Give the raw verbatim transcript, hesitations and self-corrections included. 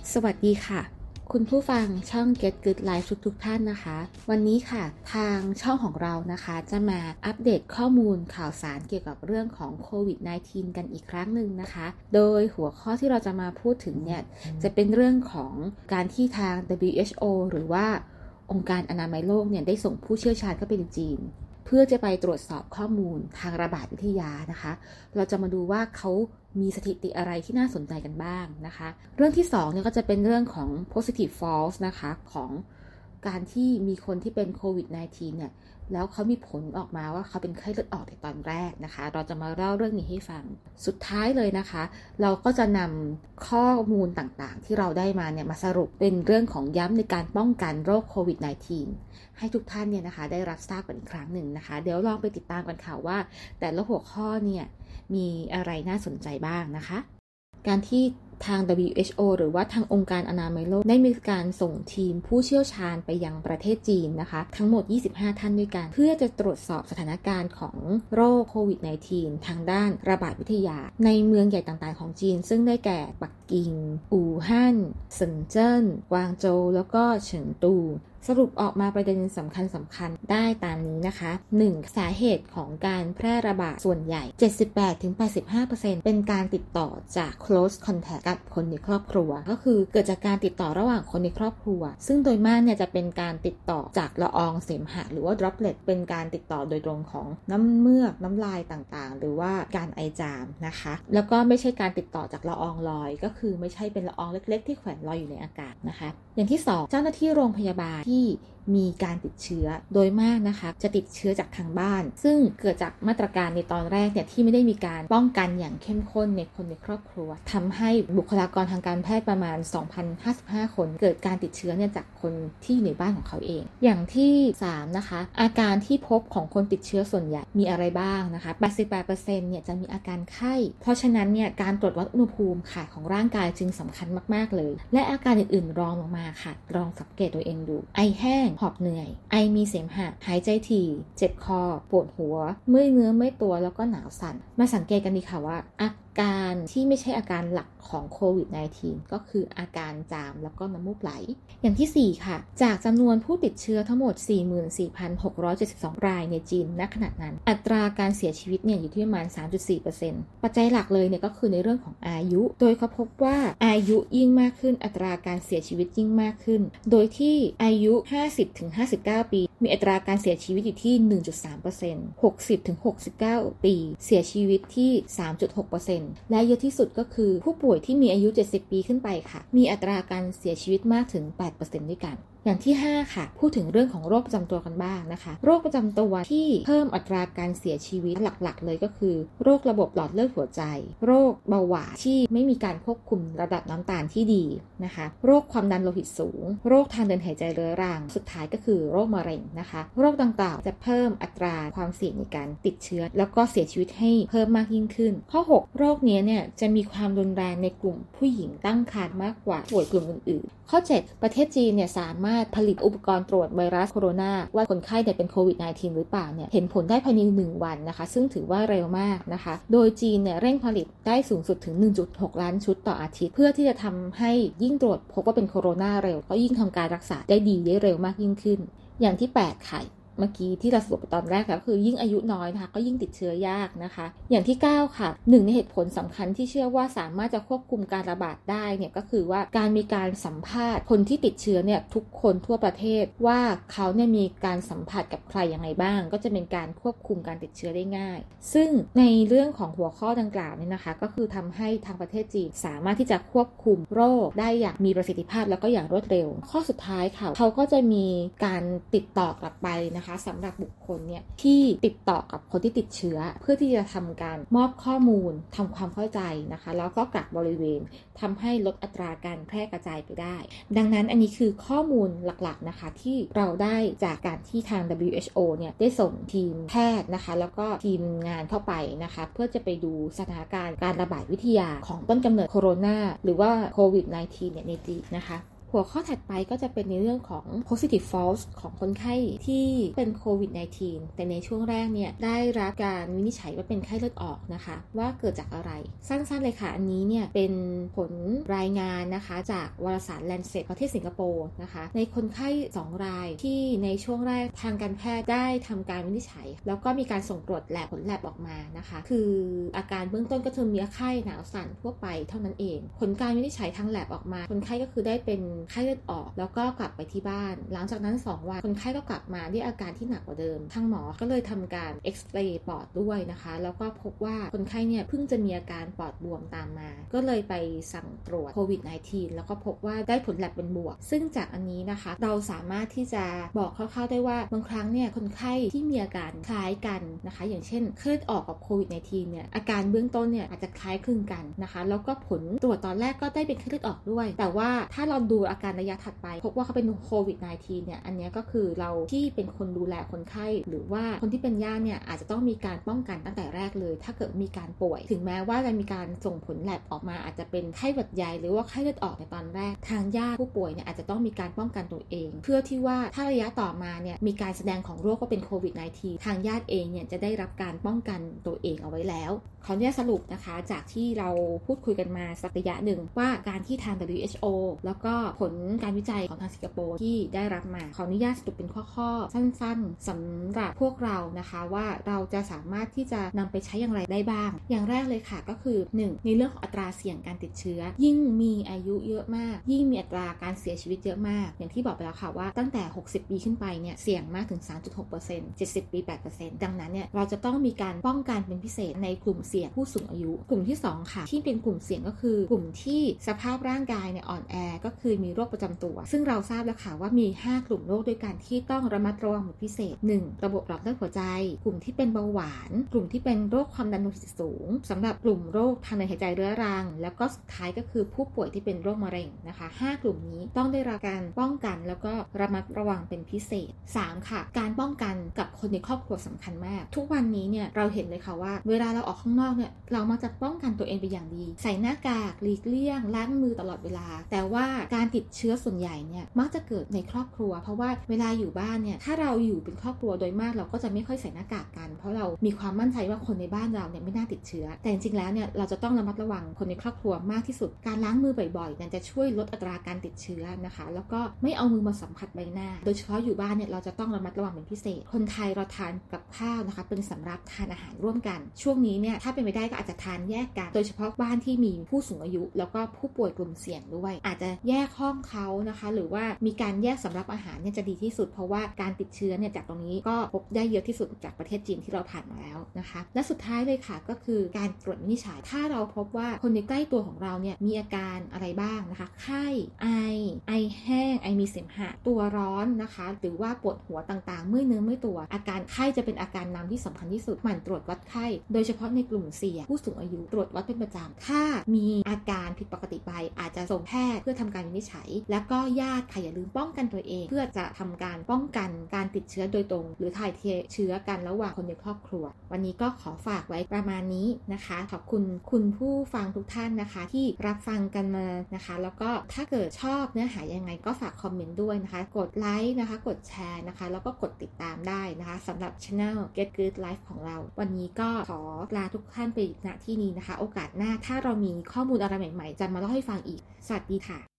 สวัสดีค่ะคุณผู้ฟังช่อง Get Good Life ทุกๆท่านนะคะวันนี้ค่ะทางช่องของเรานะคะจะมาอัปเดตข้อมูลข่าวสารเกี่ยวกับเรื่องของโควิด สิบเก้า กันอีกครั้งหนึ่งนะคะโดยหัวข้อที่เราจะมาพูดถึงเนี่ยจะเป็นเรื่องของการที่ทาง ดับเบิลยู เอช โอ หรือว่าองค์การอนามัยโลกเนี่ยได้ส่งผู้เชี่ยวชาญเข้าไปในจีนเพื่อจะไปตรวจสอบข้อมูลทางระบาดวิทยานะคะเราจะมาดูว่าเขามีสถิติอะไรที่น่าสนใจกันบ้างนะคะเรื่องที่สองเนี่ยก็จะเป็นเรื่องของ positive false นะคะของการที่มีคนที่เป็นโควิด สิบเก้า เนี่ยแล้วเขามีผลออกมาว่าเขาเป็นไข้เลือดออกในตอนแรกนะคะเราจะมาเล่าเรื่องนี้ให้ฟังสุดท้ายเลยนะคะเราก็จะนำข้อมูลต่างๆที่เราได้มาเนี่ยมาสรุปเป็นเรื่องของย้ำในการป้องกันโรคโควิด สิบเก้า ให้ทุกท่านเนี่ยนะคะได้รับทราบกันอีกครั้งหนึ่งนะคะเดี๋ยวลองไปติดตามกันค่ะว่าแต่ละหัวข้อเนี่ยมีอะไรน่าสนใจบ้างนะคะการที่ทาง ดับเบิลยู เอช โอ หรือว่าทางองค์การอนามัยโลกได้มีการส่งทีมผู้เชี่ยวชาญไปยังประเทศจีนนะคะทั้งหมดยี่สิบห้าท่านด้วยกันเพื่อจะตรวจสอบสถานการณ์ของโรคโควิด สิบเก้า ทางด้านระบาดวิทยาในเมืองใหญ่ต่างๆของจีนซึ่งได้แก่ปักกิ่งอู่ฮั่นเซินเจิ้นกวางโจวแล้วก็เฉิงตูสรุปออกมาประเด็นสำคัญสำคัญได้ตามนี้นะคะ หนึ่ง. สาเหตุของการแพร่ระบาดส่วนใหญ่ เจ็ดสิบแปดถึงแปดสิบห้าเปอร์เซ็นต์ เป็นการติดต่อจาก close contact กับคนในครอบครัวก็คือเกิดจากการติดต่อระหว่างคนในครอบครัวซึ่งโดยมากเนี่ยจะเป็นการติดต่อจากละอองเสมหะหรือว่า droplet เป็นการติดต่อโดยตรงของน้ำเมือกน้ำลายต่างๆหรือว่าการไอจามนะคะแล้วก็ไม่ใช่การติดต่อจากละอองลอยก็คือไม่ใช่เป็นละอองเล็กๆที่แขวนลอยอยู่ในอากาศนะคะอย่างที่สองเจ้าหน้าที่โรงพยาบาลที่มีการติดเชื้อโดยมากนะคะจะติดเชื้อจากทางบ้านซึ่งเกิดจากมาตรการในตอนแรกเนี่ยที่ไม่ได้มีการป้องกันอย่างเข้มข้นในคนในครอบครัวทำให้บุคลากรทางการแพทย์ประมาณ สองพันห้าสิบห้า คนเกิดการติดเชื้อเนี่ยจากคนที่อยู่ในบ้านของเขาเองอย่างที่สามนะคะอาการที่พบของคนติดเชื้อส่วนใหญ่มีอะไรบ้างนะคะ แปดสิบแปดเปอร์เซ็นต์ เนี่ยจะมีอาการไข้เพราะฉะนั้นเนี่ยการตรวจวัดอุณหภูมิค่ะของร่างกายจึงสำคัญมากๆเลยและอาการอื่นๆรองลงมาค่ะลองสังเกตตัวเองดูไอแห้งหอบเหนื่อยไอมีเสมหะหายใจถี่เจ็บคอปวดหัวเมื่อยเนื้อเมื่อยตัวแล้วก็หนาวสั่นมาสังเกตกันดีค่ะว่าอาการที่ไม่ใช่อาการหลักของโควิด สิบเก้า ก็คืออาการจามแล้วก็น้ำมูกไหลอย่างที่สี่ค่ะจากจำนวนผู้ติดเชื้อทั้งหมด สี่หมื่นสี่พันหกร้อยเจ็ดสิบสอง รายในจีนณขณะนั้นอัตราการเสียชีวิตเนี่ยอยู่ที่ประมาณ สามจุดสี่เปอร์เซ็นต์ ปัจจัยหลักเลยเนี่ยก็คือในเรื่องของอายุโดยเขาพบว่าอายุยิ่งมากขึ้นอัตราการเสียชีวิตยิ่งมากขึ้นโดยที่อายุ ห้าสิบถึงห้าสิบเก้า ปีมีอัตราการเสียชีวิตอยู่ที่ หนึ่งจุดสามเปอร์เซ็นต์ หกสิบถึงหกสิบเก้า ปีเสียชีวิตที่ สามจุดหกเปอร์เซ็นต์ และเยอะที่สุดก็คือผู้ป่วยที่มีอายุเจ็ดสิบปีขึ้นไปค่ะมีอัตราการเสียชีวิตมากถึง แปดเปอร์เซ็นต์ ด้วยกันอย่างที่ห้าค่ะพูดถึงเรื่องของโรคประจำตัวกันบ้างนะคะโรคประจำตัวที่เพิ่มอัตราการเสียชีวิตหลักๆเลยก็คือโรคระบบหลอดเลือดหัวใจโรคเบาหวานที่ไม่มีการควบคุมระดับน้ำตาลที่ดีนะคะโรคความดันโลหิตสูงโรคทางเดินหายใจเรื้อรังสุดท้ายก็คือโรคมะเร็งนะคะโรคต่างๆจะเพิ่มอัตราความเสี่ยงในการติดเชื้อแล้วก็เสียชีวิตให้เพิ่มมากยิ่งขึ้นข้อหกโรคนี้เนี่ยจะมีความรุนแรงในกลุ่มผู้หญิงตั้งครรภ์มากกว่าป่วยกลุ่มอื่นๆข้อเจ็ดประเทศจีนเนี่ยสามารถผลิตอุปกรณ์ตรวจไวรัสโคโรนาว่าคนไข้เนี่ยเป็นโควิด สิบเก้า หรือเปล่าเนี่ยเห็นผลได้ภายในหนึ่งวันนะคะซึ่งถือว่าเร็วมากนะคะโดยจีนเนี่ยเร่งผลิตได้สูงสุดถึง หนึ่งจุดหก ล้านชุดต่ออาทิตย์เพื่อที่จะทำให้ยิ่งตรวจพบว่าเป็นโคโรนาเร็วก็ยิ่งทำการรักษาได้ดีได้เร็วมากยิ่งขึ้นอย่างที่แปดค่ะเมื่อกี้ที่เราสรุปไปตอนแรกก็คือยิ่งอายุน้อยนะคะก็ยิ่งติดเชื้อยากนะคะอย่างที่เก้าค่ะหนึ่งในเหตุผลสำคัญที่เชื่อว่าสามารถจะควบคุมการระบาดได้เนี่ยก็คือว่าการมีการสัมภาษณ์คนที่ติดเชื้อเนี่ยทุกคนทั่วประเทศว่าเขาเนี่ยมีการสัมผัสกับใครยังไงบ้างก็จะเป็นการควบคุมการติดเชื้อได้ง่ายซึ่งในเรื่องของหัวข้อดังกล่าวเนี่ยนะคะก็คือทำให้ทางประเทศจีนสามารถที่จะควบคุมโรคได้อย่างมีประสิทธิภาพแล้วก็อย่างรวดเร็วข้อสุดท้ายค่ะเขาก็จะมีการติดต่อกลับไปนะคะสำหรับบุคคลเนี่ยที่ติดต่อกับคนที่ติดเชื้อเพื่อที่จะทำการมอบข้อมูลทำความเข้าใจนะคะแล้วก็กักบริเวณทำให้ลดอัตราการแพร่กระจายไปได้ดังนั้นอันนี้คือข้อมูลหลักๆนะคะที่เราได้จากการที่ทาง ดับเบิลยู เอช โอ เนี่ยได้ส่งทีมแพทย์นะคะแล้วก็ทีมงานเข้าไปนะคะเพื่อจะไปดูสถานการณ์การระบาดวิทยาของต้นกำเนิดโคโรนาหรือว่าโควิด สิบเก้า เนี่ยในจีนนะคะ หัหัวข้อถัดไปก็จะเป็นในเรื่องของ positive false ของคนไข้ที่เป็นโควิด สิบเก้า แต่ในช่วงแรกเนี่ยได้รับการวินิจฉัยว่าเป็นไข้เลือดออกนะคะว่าเกิดจากอะไรสั้นๆเลยค่ะอันนี้เนี่ยเป็นผลรายงานนะคะจากวารสาร Lancet ประเทศสิงคโปร์นะคะในคนไข้สองรายที่ในช่วงแรกทางการแพทย์ได้ทำการวินิจฉัยแล้วก็มีการส่งตรวจแลบผลแลบออกมานะคะคืออาการเบื้องต้นก็คือมีไข้หนาวสั่นทั่วไปเท่านั้นเองผลการวินิจฉัยทางแลบออกมาคนไข้ก็คือได้เป็นไข้เลือดออกแล้วก็กลับไปที่บ้านหลังจากนั้นสองวันคนไข้ก็กลับมาด้วยอาการที่หนักกว่าเดิมทางหมอก็เลยทำการเอ็กซเรย์ปอดด้วยนะคะแล้วก็พบว่าคนไข้เนี่ยเพิ่งจะมีอาการปอดบวมตามมาก็เลยไปสั่งตรวจโควิด สิบเก้า แล้วก็พบว่าได้ผลแลบเป็นบวกซึ่งจากอันนี้นะคะเราสามารถที่จะบอกคร่าวๆได้ว่าบางครั้งเนี่ยคนไข้ที่มีอาการคล้ายกันนะคะอย่างเช่นไข้เลือดออกกับโควิด สิบเก้า เนี่ยอาการเบื้องต้นเนี่ยอาจจะคล้ายคลึงกันนะคะแล้วก็ผลตรวจตอนแรกก็ได้เป็นไข้เลือดออกด้วยแต่ว่าถ้าเราดูอาการระยะถัดไปพบว่าเขาเป็นโควิด สิบเก้า เนี่ยอันนี้ก็คือเราที่เป็นคนดูแลคนไข้หรือว่าคนที่เป็นญาติเนี่ยอาจจะต้องมีการป้องกันตั้งแต่แรกเลยถ้าเกิดมีการป่วยถึงแม้ว่าจะมีการส่งผลแลบออกมาอาจจะเป็นไข้หวัดใหญ่หรือว่าไข้เลือดออกในตอนแรกทางญาติผู้ป่วยเนี่ยอาจจะต้องมีการป้องกันตัวเองเพื่อที่ว่าถ้าระยะต่อมาเนี่ยมีการแสดงของโรคก็เป็นโควิด สิบเก้า ทางญาติเองเนี่ยจะได้รับการป้องกันตัวเองเอาไว้แล้วขออนุญาตสรุปนะคะจากที่เราพูดคุยกันมาสักระยะหนึ่งว่าการที่ทาง ดับเบิลยู เอช โอ แล้วก็ผลการวิจัยของทางสิงคโปร์ที่ได้รับมาขออนุญาตสรุปเป็นข้อๆสั้นๆสำหรับพวกเรานะคะว่าเราจะสามารถที่จะนำไปใช้อย่างไรได้บ้างอย่างแรกเลยค่ะก็คือหนึ่งในเรื่องของอัตราเสี่ยงการติดเชื้อยิ่งมีอายุเยอะมากยิ่งมีอัตราการเสียชีวิตเยอะมากอย่างที่บอกไปแล้วค่ะว่าตั้งแต่หกสิบปีขึ้นไปเนี่ยเสี่ยงมากถึง สามจุดหกเปอร์เซ็นต์ เจ็ดสิบปี แปดเปอร์เซ็นต์ ดังนั้นเนี่ยเราจะต้องมีการป้องกันเป็นพิเศษในกลุ่มเสี่ยงผู้สูงอายุกลุ่มที่สองค่ะที่เป็นกลุ่มเสี่ยงก็คือกลุ่มที่สภาพร่างกายเนี่ยอ่อนแอก็คือมีโรคประจำตัวซึ่งเราทราบแล้วค่ะว่ามีห้ากลุ่มโรคด้วยกันที่ต้องระมัดระวังเป็นพิเศษหนึ่งระบบหลอดเลือดหัวใจกลุ่มที่เป็นเบาหวานกลุ่มที่เป็นโรคความดันโลหิตสูงสำหรับกลุ่มโรคทางเดินหายใจเรื้อรังแล้วก็สุดท้ายก็คือผู้ป่วยที่เป็นโรคมะเร็งนะคะห้ากลุ่มนี้ต้องได้รับการป้องกันแล้วก็ระมัดระวังเป็นพิเศษสามค่ะการป้องกันกับคนในครอบครัวสำคัญมากทุกวันนี้เนี่ยเราเห็นเลยค่ะว่าเวลาเราออกข้างนอกเนี่ยเรามักจะป้องกันตัวเองเป็นอย่างดีใส่หน้ากากหลีกเลี่ยงล้างมือตลอดเวลาแต่ว่าการติดเชื้อส่วนใหญ่เนี่ยมักจะเกิดในครอบครัวเพราะว่าเวลาอยู่บ้านเนี่ยถ้าเราอยู่เป็นครอบครัวโดยมากเราก็จะไม่ค่อยใส่หน้ากากกันเพราะเรามีความมั่นใจว่าคนในบ้านเราเนี่ยไม่น่าติดเชื้อแต่จริงๆแล้วเนี่ยเราจะต้องระมัดระวังคนในครอบครัวมากที่สุดการล้างมือบ่อยๆนั่นจะช่วยลดอัตราการติดเชื้อนะคะแล้วก็ไม่เอามือมาสัมผัสใบหน้าโดยเฉพาะอยู่บ้านเนี่ยเราจะต้องระมัดระวังเป็นพิเศษคนไทยเราทานกับข้าวนะคะเป็นสำรับทานอาหารร่วมกันช่วงนี้เนี่ยถ้าเป็นไปได้ก็อาจจะทานแยกกันโดยเฉพาะบ้านที่มีผู้สูงอายุแล้วก็ผู้ป่วยกลุ่มเสี่ยงด้วยอาจจะแยกห้องเขานะคะหรือว่ามีการแยกสำรับอาหารเนี่ยจะดีที่สุดเพราะว่าการติดเชื้อเนี่ยจากตรงนี้ก็พบได้เยอะที่สุดจากประเทศจีนที่เราผ่านมาแล้วนะคะและสุดท้ายเลยค่ะก็คือการตรวจวินิจฉัยถ้าเราพบว่าคนในใกล้ตัวของเราเนี่ยมีอาการอะไรบ้างนะคะไข้ไอไอแห้งไอมีเสมหะตัวร้อนนะคะหรือว่าปวดหัวต่างๆเมื่อยเนื้อเมื่อยตัวอาการไข้จะเป็นอาการนำที่สำคัญที่สุดหมั่นตรวจวัดไข้โดยเฉพาะในกลุ่มเสี่ยงผู้สูงอายุตรวจวัดเป็นประจำถ้ามีอาการผิดปกติไปอาจจะส่งแพทย์เพื่อทำการวินิจฉัยแล้วก็ญาติค่ะอย่าลืมป้องกันตัวเองเพื่อจะทำการป้องกันการติดเชื้อโดยตรงหรือถ่ายเทเชื้อกันระหว่างคนในครอบครัววันนี้ก็ขอฝากไว้ประมาณนี้นะคะขอบคุณคุณผู้ฟังทุกท่านนะคะที่รับฟังกันมานะคะแล้วก็ถ้าเกิดชอบเนื้อหายังไงก็ฝากคอมเมนต์ด้วยนะคะกดไลค์นะคะกดแชร์นะคะแล้วก็กดติดตามได้นะคะสำหรับ Channel Get Good Life ของเราวันนี้ก็ขอลาทุกท่านไปณที่นี้นะคะโอกาสหน้าถ้าเรามีข้อมูลอะไรใหม่ๆจะมาเล่าให้ฟังอีกสวัสดีค่ะ